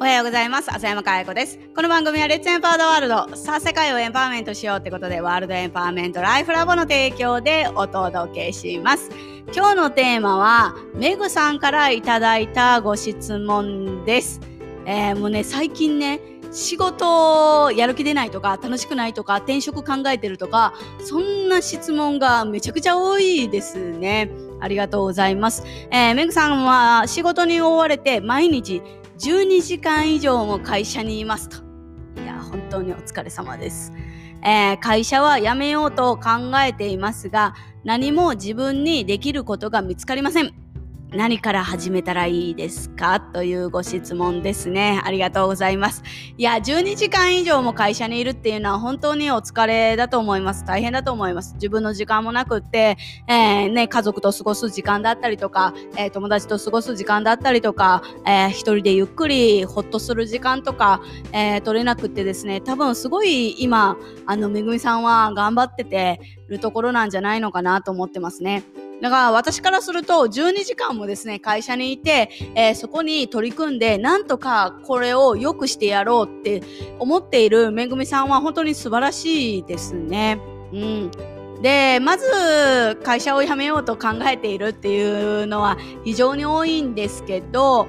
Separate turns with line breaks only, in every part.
おはようございます。浅山かや子です。この番組はレッツエンパワードワールド、さあ世界をエンパワーメントしようってことで、ワールドエンパワーメントライフラボの提供でお届けします。今日のテーマはメグさんからいただいたご質問です。もうね、最近ね、仕事やる気出ないとか楽しくないとか転職考えてるとか、そんな質問がめちゃくちゃ多いですね。ありがとうございます。メグさんは仕事に追われて毎日12時間以上も会社にいますと。いや、本当にお疲れ様です。会社は辞めようと考えていますが、何も自分にできることが見つかりません。何から始めたらいいですかというご質問ですね。ありがとうございます。いや、12時間以上も会社にいるっていうのは本当にお疲れだと思います。大変だと思います。自分の時間もなくって、家族と過ごす時間だったりとか、友達と過ごす時間だったりとか、一人でゆっくりほっとする時間とか、取れなくってですね、多分すごい今、めぐみさんは頑張っててるところなんじゃないのかなと思ってますね。だから私からすると12時間もですね会社にいて、そこに取り組んでなんとかこれを良くしてやろうって思っているめぐみさんは本当に素晴らしいですね。で、まず会社を辞めようと考えているっていうのは非常に多いんですけど、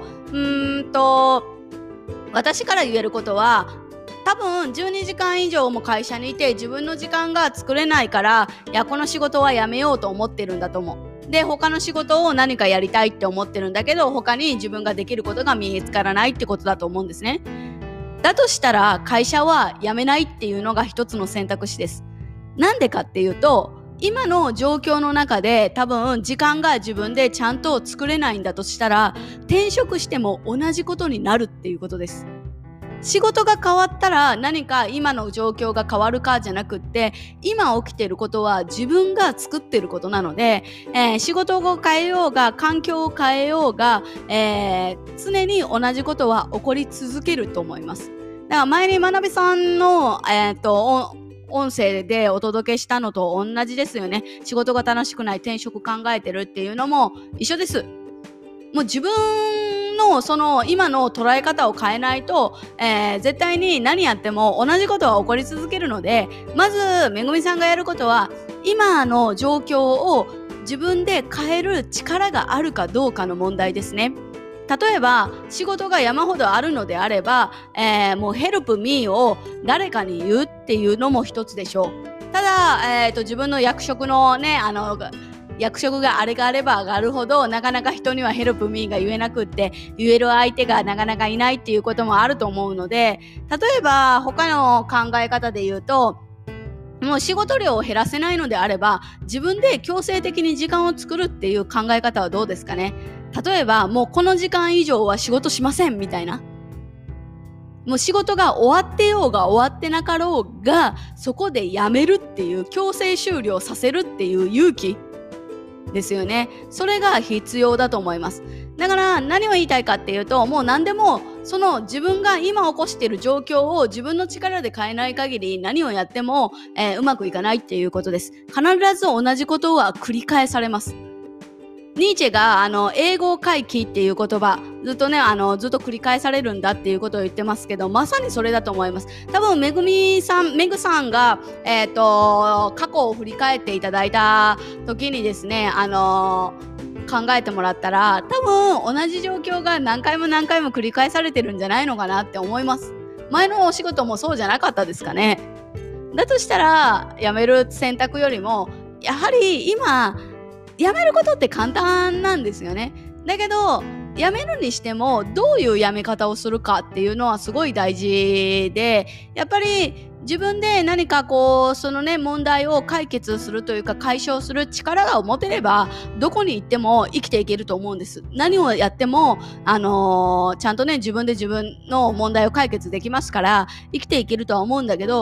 私から言えることは、多分12時間以上も会社にいて自分の時間が作れないから、いやこの仕事はやめようと思ってるんだと思う。で、他の仕事を何かやりたいって思ってるんだけど、他に自分ができることが見つからないってことだと思うんですね。だとしたら会社は辞めないっていうのが一つの選択肢です。なんでかっていうと、今の状況の中で多分時間が自分でちゃんと作れないんだとしたら、転職しても同じことになるっていうことです。仕事が変わったら何か今の状況が変わるかじゃなくって、今起きていることは自分が作っていることなので、仕事を変えようが環境を変えようが、常に同じことは起こり続けると思います。だから前に学びさんの、音声でお届けしたのと同じですよね。仕事が楽しくない転職考えてるっていうのも一緒です。もう自分のその今の捉え方を変えないと、絶対に何やっても同じことは起こり続けるので、まずめぐみさんがやることは今の状況を自分で変える力があるかどうかの問題ですね。例えば仕事が山ほどあるのであれば、もうヘルプミーを誰かに言うっていうのも一つでしょう。ただ、自分の役職のね、役職があれがあれば上がるほどなかなか人にはヘルプミーが言えなくって、言える相手がなかなかいないっていうこともあると思うので、例えば他の考え方で言うと、もう仕事量を減らせないのであれば自分で強制的に時間を作るっていう考え方はどうですかね。例えばもうこの時間以上は仕事しませんみたいな、もう仕事が終わってようが終わってなかろうがそこでやめるっていう、強制終了させるっていう勇気ですよね。それが必要だと思います。だから何を言いたいかっていうと、もう何でもその自分が今起こしている状況を自分の力で変えない限り何をやっても、うまくいかないっていうことです。必ず同じことは繰り返されます。ニーチェが英語回帰っていう言葉ずっとねずっと繰り返されるんだっていうことを言ってますけど、まさにそれだと思います。多分メグさんが過去を振り返っていただいた時にですね考えてもらったら、多分同じ状況が何回も繰り返されてるんじゃないのかなって思います。前のお仕事もそうじゃなかったですかね。だとしたら辞める選択よりもやはり今辞めることって簡単なんですよね。だけど辞めるにしてもどういう辞め方をするかっていうのはすごい大事で、やっぱり自分で何かそのね問題を解決するというか解消する力が持てればどこに行っても生きていけると思うんです。何をやってもちゃんとね自分で自分の問題を解決できますから生きていけるとは思うんだけど、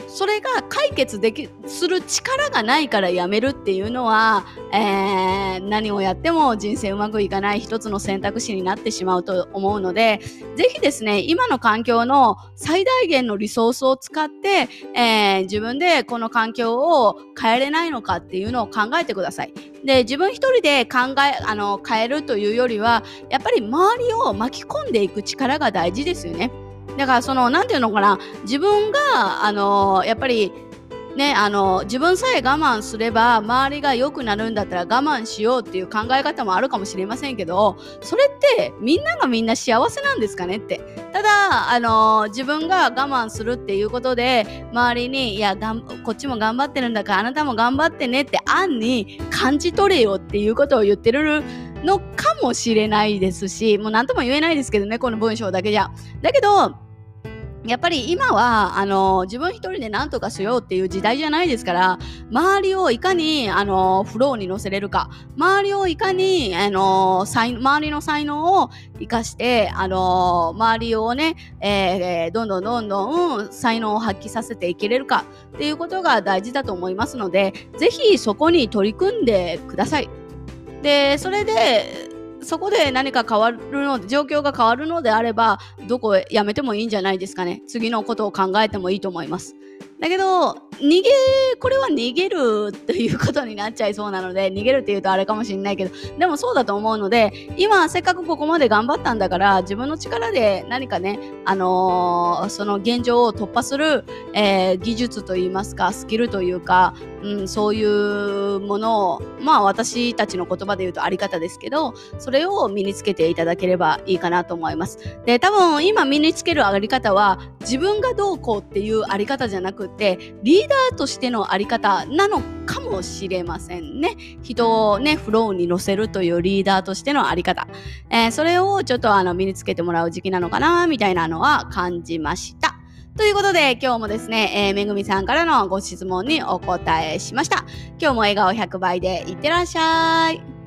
それが解決する力がないからやめるっていうのは、何をやっても人生うまくいかない一つの選択肢になってしまうと思うので、ぜひですね、今の環境の最大限のリソースを使って、自分でこの環境を変えれないのかっていうのを考えてください。で、自分一人で変えるというよりは、やっぱり周りを巻き込んでいく力が大事ですよね。だからなんていうのかな、自分がやっぱりね、自分さえ我慢すれば周りが良くなるんだったら我慢しようっていう考え方もあるかもしれませんけど、それってみんながみんな幸せなんですかねって。ただ自分が我慢するっていうことで周りにこっちも頑張ってるんだからあなたも頑張ってねって暗に感じ取れよっていうことを言ってるのかもしれないですし、もう何とも言えないですけどね、この文章だけじゃ。だけどやっぱり今は自分一人で何とかしようっていう時代じゃないですから、周りをいかにフローに乗せれるか、周りをいかに周りの才能を生かして周りをね、どんどん才能を発揮させていけれるかっていうことが大事だと思いますので、ぜひそこに取り組んでください。で、そこで何か状況が変わるのであれば、どこへやめてもいいんじゃないですかね。次のことを考えてもいいと思います。だけど、これは逃げるということになっちゃいそうなので、逃げるって言うとあれかもしれないけど、でもそうだと思うので、今せっかくここまで頑張ったんだから、自分の力で何かね、その現状を突破する、技術といいますか、スキルというか、そういうものを、私たちの言葉で言うとあり方ですけど、それを身につけていただければいいかなと思います。で、多分今身につけるあり方は、自分がどうこうっていうあり方じゃなくて、リーダーとしてのあり方なのかもしれませんね。人をね、フローに乗せるというリーダーとしてのあり方。それをちょっと身につけてもらう時期なのかな、みたいなのは感じました。ということで今日もですね、めぐみさんからのご質問にお答えしました。今日も笑顔100倍でいってらっしゃい。